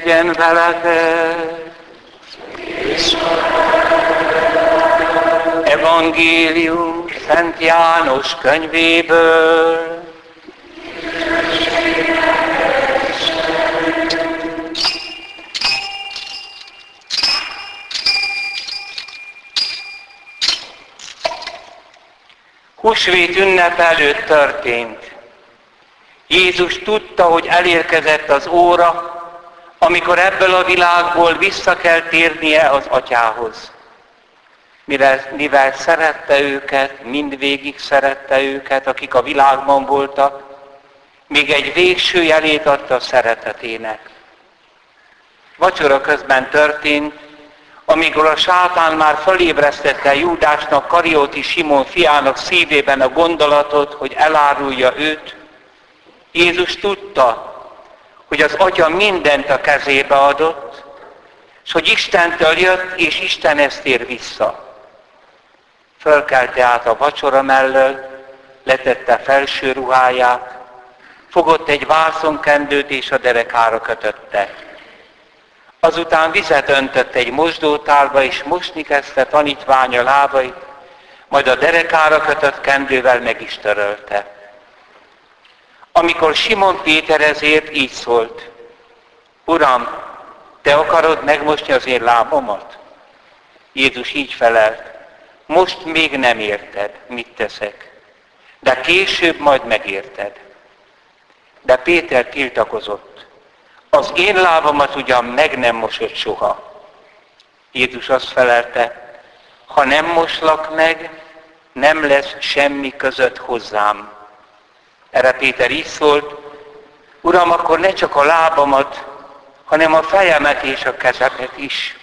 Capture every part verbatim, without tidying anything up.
legyen veletek. Evangélium Szent János könyvéből. Húsvét ünnep előtt történt. Jézus tudta, hogy elérkezett az óra, amikor ebből a világból vissza kell térnie az Atyához. Mivel, mivel szerette őket, mindvégig szerette őket, akik a világban voltak, még egy végső jelét adta szeretetének. Vacsora közben történt, amikor a sátán már felébresztette Júdásnak, Karióti Simon fiának szívében a gondolatot, hogy elárulja őt, Jézus tudta, hogy az Atya mindent a kezébe adott, és hogy Istentől jött, és Isten ezt ér vissza. Fölkelte át a vacsora mellől, letette felső ruháját, fogott egy vászonkendőt, és a derekára kötötte. Azután vizet öntött egy mosdótálba, és mosni kezdte tanítványa lábait, majd a derekára kötött kendővel meg is törölte. Amikor Simon Péter ezért így szólt: Uram, te akarod megmosni az én lábamat? Jézus így felelt: most még nem érted, mit teszek, de később majd megérted. De Péter tiltakozott: az én lábamat ugyan meg nem mosott soha. Jézus azt felelte: ha nem moslak meg, nem lesz semmi között hozzám. Erre Péter így szólt: Uram, akkor ne csak a lábamat, hanem a fejemet és a kezemet is.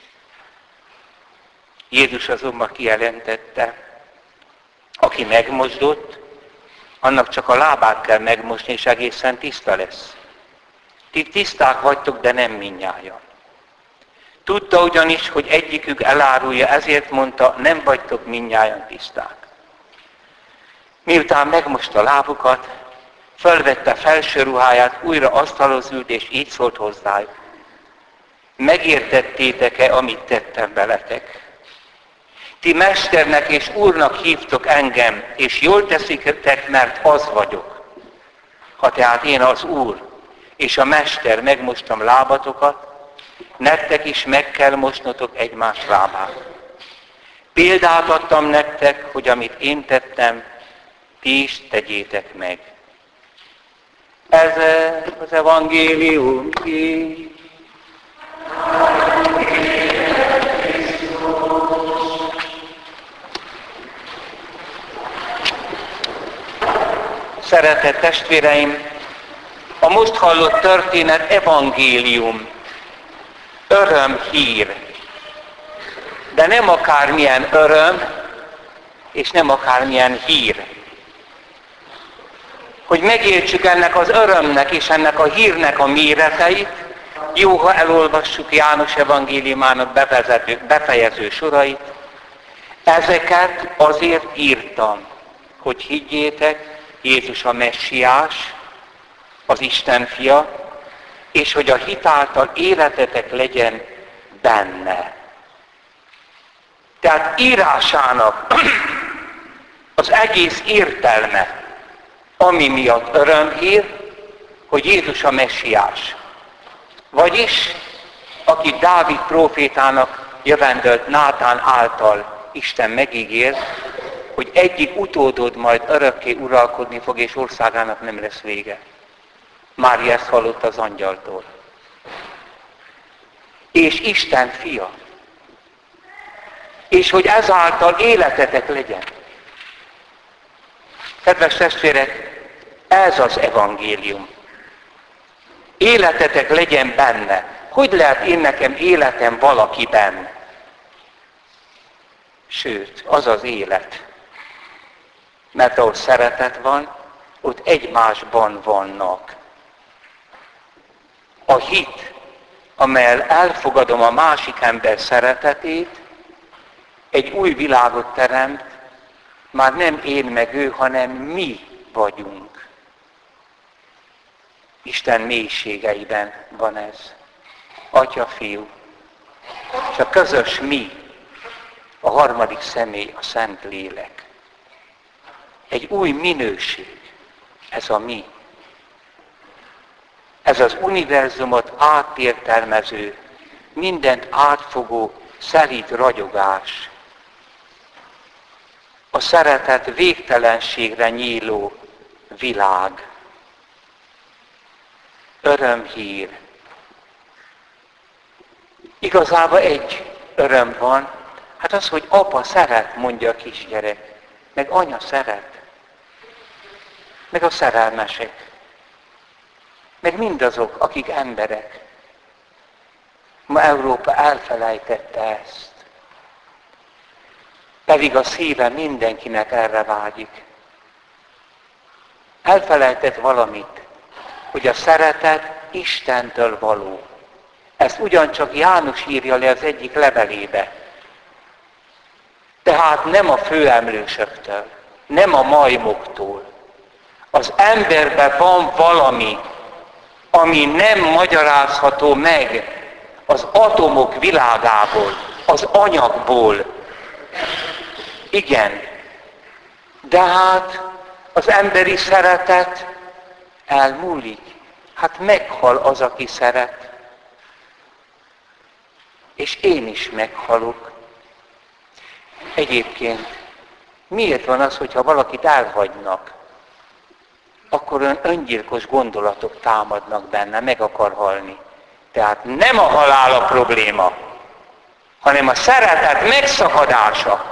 Jézus azonban kijelentette: aki megmosdott, annak csak a lábát kell megmosni, és egészen tiszta lesz. Ti tiszták vagytok, de nem mindnyájan. Tudta ugyanis, hogy egyikük elárulja, ezért mondta: nem vagytok mindnyájan tiszták. Miután megmosta a lábukat, fölvette felső ruháját, újra asztalhoz ült, és így szólt hozzájuk: megértettétek-e, amit tettem veletek? Ti mesternek és úrnak hívtok engem, és jól teszitek, mert az vagyok. Ha tehát én az úr és a mester megmostam lábatokat, nektek is meg kell mosnotok egymás lábát. Példát adtam nektek, hogy amit én tettem, ti is tegyétek meg. Ez az evangélium ki. Szeretett testvéreim, a most hallott történet evangélium, örömhír. De nem akármilyen öröm, és nem akármilyen hír. Hogy megértsük ennek az örömnek és ennek a hírnek a méreteit, jó, ha elolvassuk János evangéliumának bevezető, befejező sorait. Ezeket azért írtam, hogy higgyétek, Jézus a messiás, az Isten fia, és hogy a hit által életetek legyen benne. Tehát írásának az egész értelme, ami miatt örömhír, hogy Jézus a messiás. Vagyis, aki Dávid prófétának jövendölt Nátán által Isten megígért, hogy egyik utódod majd örökké uralkodni fog, és országának nem lesz vége. Mária ezt hallott az angyaltól. És Isten fia. És hogy ezáltal életetek legyen. Kedves testvérek, ez az evangélium. Életetek legyen benne. Hogy lehet én nekem életem valakiben? Sőt, az az élet. Mert ahol szeretet van, ott egymásban vannak. A hit, amelyel elfogadom a másik ember szeretetét, egy új világot teremt, már nem én meg ő, hanem mi vagyunk. Isten mélységeiben van ez. Atya, Fiú, és a közös mi, a harmadik személy, a Szent Lélek. Egy új minőség, ez a mi. Ez az univerzumot átértelmező, mindent átfogó, szelíd ragyogás. A szeretet végtelenségre nyíló világ. Örömhír. Igazából egy öröm van, hát az, hogy apa szeret, mondja a kisgyerek, meg anya szeret, meg a szerelmesek, meg mindazok, akik emberek. Ma Európa elfelejtette ezt. Pedig a szíve mindenkinek erre vágyik. Elfelejtett valamit, hogy a szeretet Istentől való. Ezt ugyancsak János írja le az egyik levelébe. Tehát nem a főemlősöktől, nem a majmoktól. Az emberben van valami, ami nem magyarázható meg az atomok világából, az anyagból. Igen, de hát az emberi szeretet elmúlik. Hát meghal az, aki szeret. És én is meghalok. Egyébként miért van az, hogyha valakit elhagynak, akkor olyan öngyilkos gondolatok támadnak benne, meg akar halni. Tehát nem a halál a probléma, hanem a szeretet megszakadása.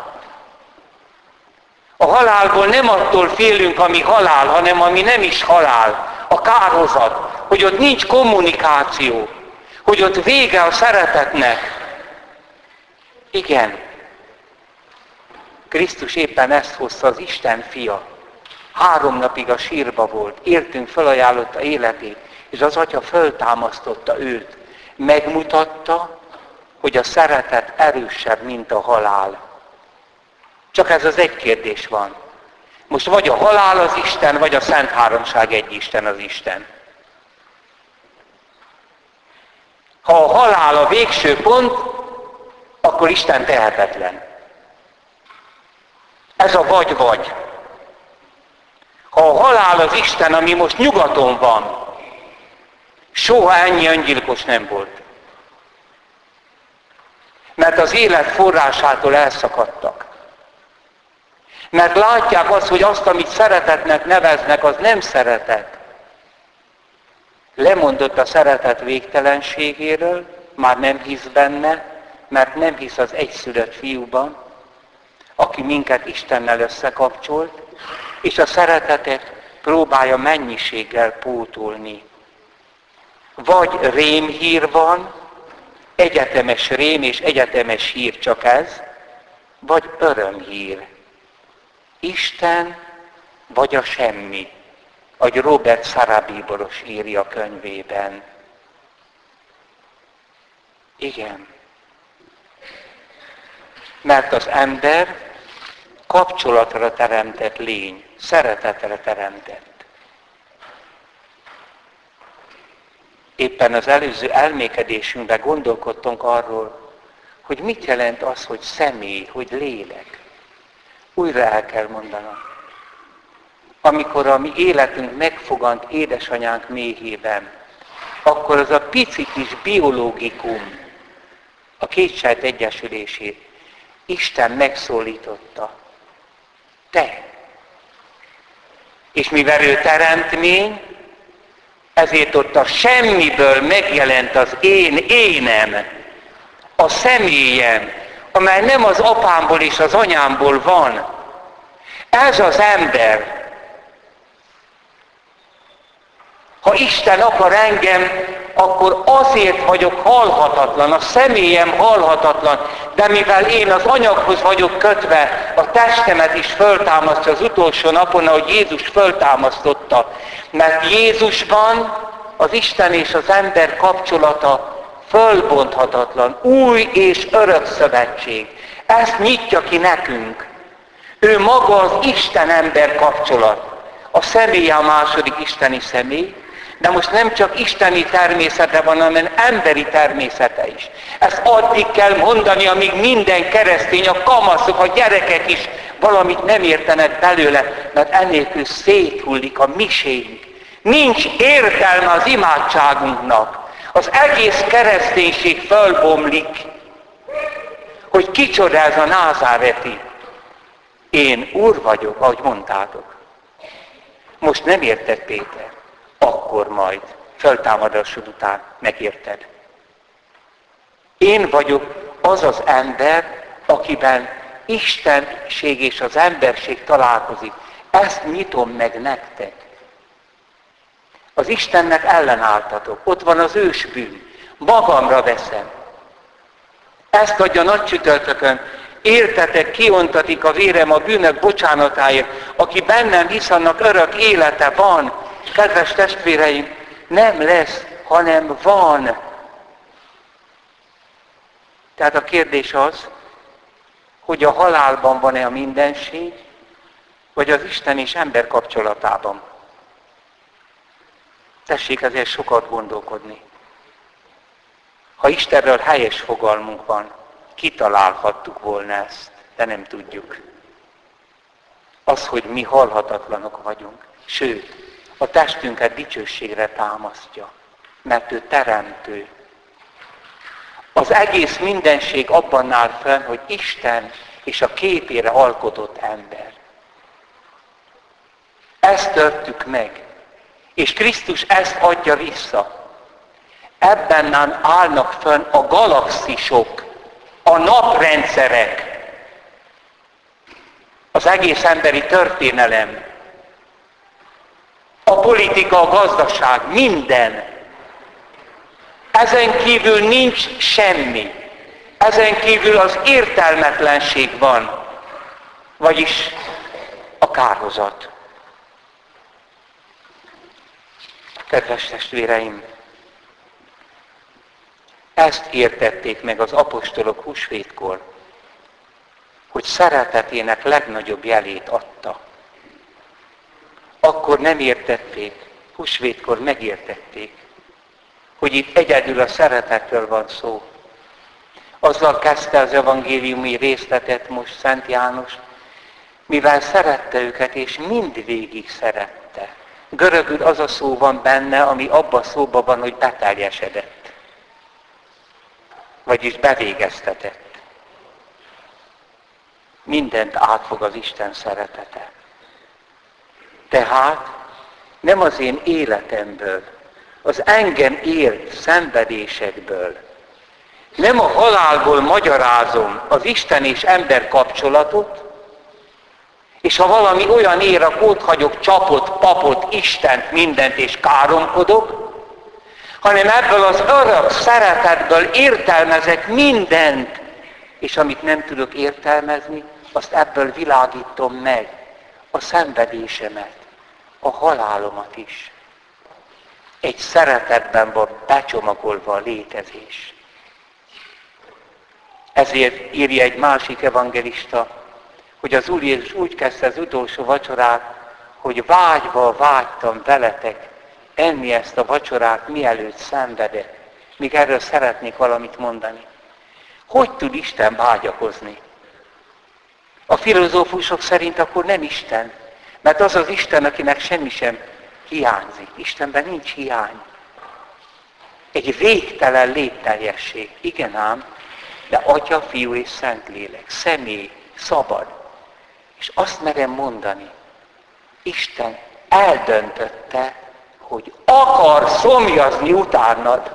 A halálból nem attól félünk, ami halál, hanem ami nem is halál. A kárhozat, hogy ott nincs kommunikáció, hogy ott vége a szeretetnek. Igen, Krisztus éppen ezt hozta, az Isten fia. Három napig a sírba volt, értünk, felajánlotta életét, és az Atya föltámasztotta őt. Megmutatta, hogy a szeretet erősebb, mint a halál. Csak ez az egy kérdés van. Most vagy a halál az Isten, vagy a Szent Háromság egy Isten az Isten. Ha a halál a végső pont, akkor Isten tehetetlen. Ez a vagy-vagy. Ha a halál az Isten, ami most nyugaton van, soha ennyi öngyilkos nem volt. Mert az élet forrásától elszakadtak. Mert látják azt, hogy azt, amit szeretetnek neveznek, az nem szeretet. Lemondott a szeretet végtelenségéről, már nem hisz benne, mert nem hisz az egyszülött fiúban, aki minket Istennel összekapcsolt, és a szeretetet próbálja mennyiséggel pótolni. Vagy rémhír van, egyetemes rém és egyetemes hír csak ez, vagy örömhír. Isten vagy a semmi, ahogy Robert Sarabíboros írja a könyvében. Igen. Mert az ember kapcsolatra teremtett lény, szeretetre teremtett. Éppen az előző elmékedésünkben gondolkodtunk arról, hogy mit jelent az, hogy személy, hogy lélek. Újra el kell mondanom. Amikor a mi életünk megfogant édesanyánk méhében, akkor az a pici kis biológikum, a két sejt egyesülését, Isten megszólította. Te. És mivel ő teremtmény, ezért ott a semmiből megjelent az én énem, a személyem, amely nem az apámból és az anyámból van. Ez az ember. Ha Isten akar engem, akkor azért vagyok halhatatlan, a személyem halhatatlan, de mivel én az anyaghoz vagyok kötve, a testemet is föltámasztja az utolsó napon, ahogy Jézus föltámasztotta. Mert Jézusban az Isten és az ember kapcsolata fölbonthatatlan, új és örök szövetség. Ezt nyitja ki nekünk. Ő maga az Isten-ember kapcsolat. A személye a második isteni személy, De most nem csak isteni természete van, hanem emberi természete is. Ezt addig kell mondani, amíg minden keresztény, a kamaszok, a gyerekek is valamit nem értenek belőle, mert ennélkül széthullik a misénk. Nincs értelme az imádságunknak. Az egész kereszténység fölbomlik, hogy kicsoda ez a názáreti. Én úr vagyok, ahogy mondtátok. Most nem érted, Péter. Akkor majd, föltámadásod után megérted. Én vagyok az az ember, akiben Istenség és az emberség találkozik. Ezt nyitom meg nektek. Az Istennek ellenálltatok. Ott van az ősbűn. Magamra veszem. Ezt adja nagy csütörtökön. Értetek, kiontatik a vérem a bűnök bocsánatáért. Aki bennem hisz, annak örök élete van. Kedves testvéreim, nem lesz, hanem van. Tehát a kérdés az, hogy a halálban van-e a mindenség, vagy az Isten és ember kapcsolatában. Tessék ezért sokat gondolkodni. Ha Istenről helyes fogalmunk van, kitalálhattuk volna ezt, de nem tudjuk. Az, hogy mi halhatatlanok vagyunk, sőt, a testünket dicsőségre támasztja, mert ő teremtő. Az egész mindenség abban áll fenn, hogy Isten és a képére alkotott ember. Ezt törtük meg, és Krisztus ezt adja vissza. Ebben állnak fenn a galaxisok, a naprendszerek, az egész emberi történelem, a politika, a gazdaság, minden. Ezen kívül nincs semmi. Ezen kívül az értelmetlenség van, vagyis a kárhozat. Kedves testvéreim, ezt értették meg az apostolok húsvétkor, hogy szeretetének legnagyobb jelét adta. Akkor nem értették, húsvétkor megértették, hogy itt egyedül a szeretetről van szó. Azzal kezdte az evangéliumi részletet most Szent János, mivel szerette őket, és mindvégig szerette. Görögül az a szó van benne, ami abban a szóban van, hogy beteljesedett. Vagyis bevégeztetett. Mindent átfog az Isten szeretete. Tehát nem az én életemből, az engem élt szenvedésekből, nem a halálból magyarázom az Isten és ember kapcsolatot, és ha valami olyan ér, akkor ott hagyok csapot, papot, Istent, mindent és káromkodok, hanem ebből az örök szeretetből értelmezek mindent, és amit nem tudok értelmezni, azt ebből világítom meg, a szenvedésemet, a halálomat is. Egy szeretetben van becsomagolva a létezés. Ezért írja egy másik evangelista, hogy az Úr Jézus úgy kezdte az utolsó vacsorát, hogy vágyva vágytam veletek enni ezt a vacsorát, mielőtt szenvedett. Míg erről szeretnék valamit mondani. Hogy tud Isten vágyakozni? A filozófusok szerint akkor nem Isten, mert az az Isten, akinek semmi sem hiányzik. Istenben nincs hiány. Egy végtelen létteljesség. Igen ám, de Atya, Fiú és Szentlélek. Személy, szabad. És azt merem mondani, Isten eldöntötte, hogy akar szomjazni utánad.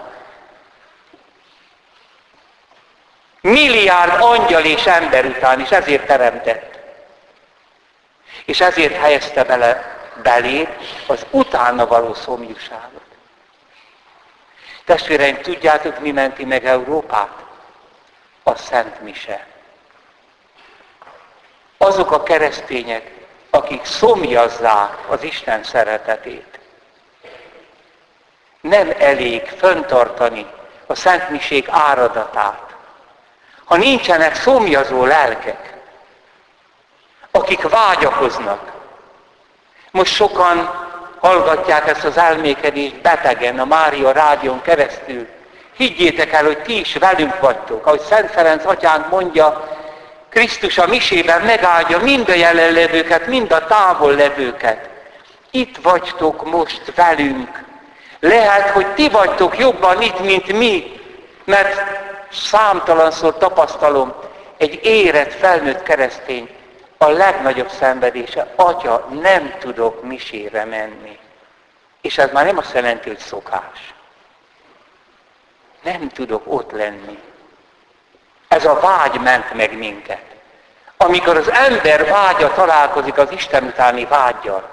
Milliárd angyal és ember után is, ezért teremtett. És ezért helyezte bele beléd az utána való szomjúságot. Testvéreim, tudjátok, mi menti meg Európát? A Szent Mise. Azok a keresztények, akik szomjazzák az Isten szeretetét. Nem elég fenntartani a Szent Misék áradatát, ha nincsenek szomjazó lelkek, akik vágyakoznak. Most sokan hallgatják ezt az elmékedést betegen, a Mária rádión keresztül. Higgyétek el, hogy ti is velünk vagytok. Ahogy Szent Ferenc atyánk mondja, Krisztus a misében megáldja mind a jelenlevőket, mind a távol levőket. Itt vagytok most velünk. Lehet, hogy ti vagytok jobban itt, mint mi, mert számtalanszor tapasztalom, egy érett, felnőtt keresztény a legnagyobb szenvedése, atya, nem tudok misére menni. És ez már nem azt jelenti, hogy szokás. Nem tudok ott lenni. Ez a vágy ment meg minket. Amikor az ember vágya találkozik az Isten utáni vággyal,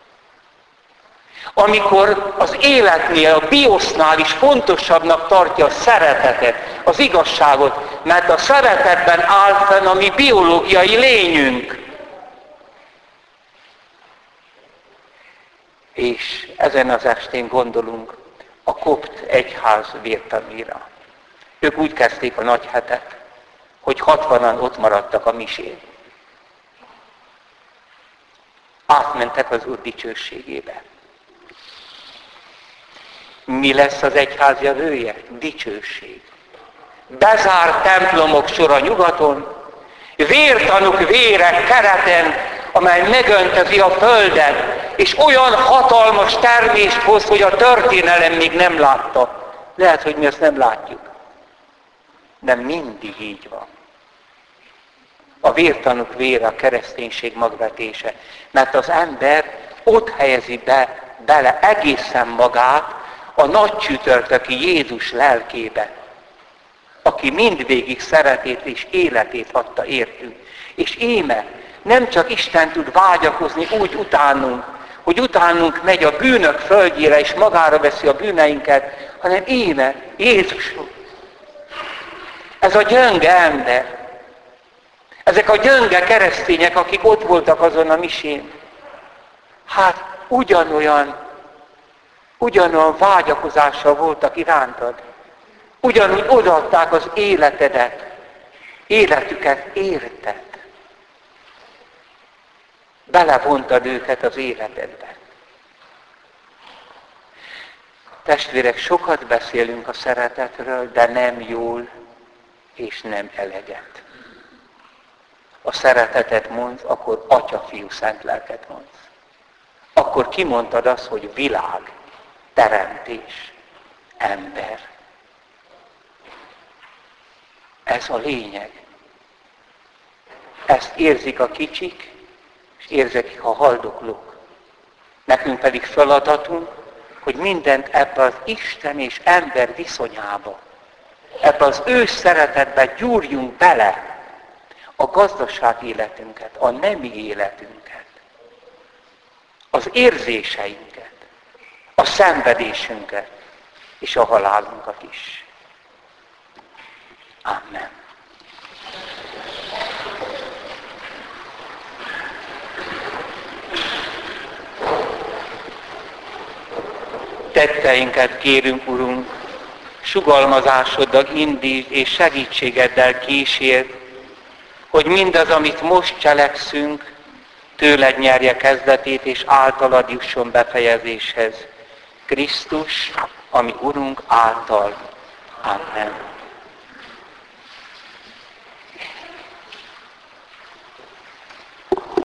amikor az életnél, a biosznál is fontosabbnak tartja a szeretetet, az igazságot, mert a szeretetben áll fenn a mi biológiai lényünk. És ezen az estén gondolunk a kopt egyház vértanúira. Ők úgy kezdték a nagy hetet, hogy hatvanan ott maradtak a misén. Átmentek az Úr dicsőségébe. Mi lesz az egyház jövője? Dicsőség. Bezárt templomok sora nyugaton, vértanúk vére kereten, amely megöntezi a földet, és olyan hatalmas termést hoz, hogy a történelem még nem látta. Lehet, hogy mi ezt nem látjuk. De mindig így van. A vértanúk vére a kereszténység magvetése. Mert az ember ott helyezi be, bele egészen magát a nagy csütörtöki Jézus lelkébe, aki mindvégig szeretét és életét adta értünk. És íme, nem csak Isten tud vágyakozni úgy utánunk, hogy utánunk megy a bűnök földjére, és magára veszi a bűneinket, hanem íme, Jézus. Ez a gyönge ember, ezek a gyönge keresztények, akik ott voltak azon a misén, hát ugyanolyan, ugyanolyan vágyakozással voltak irántad. Ugyanúgy odaadták az életedet, életüket érted. Belevontad őket az életedbe. Testvérek, sokat beszélünk a szeretetről, de nem jól és nem eleget. A szeretetet mondsz, akkor Atya, Fiú, Szent Lelket mondsz. Akkor kimondtad azt, hogy világ, teremtés, ember. Ez a lényeg. Ezt érzik a kicsik, és érzik a haldoklók. Nekünk pedig feladatunk, hogy mindent ebbe az Isten és ember viszonyába, ebbe az ő szeretetbe gyúrjunk bele a gazdaság életünket, a nemi életünket, az érzéseinket, a szenvedésünket és a halálunkat is. Amen. Tetteinket kérünk, Urunk, sugalmazásoddal indítsd és segítségeddel kísérd, hogy mindaz, amit most cselekszünk, tőled nyerje kezdetét és általad jusson befejezéshez. Krisztus, ami Urunk által. Amen.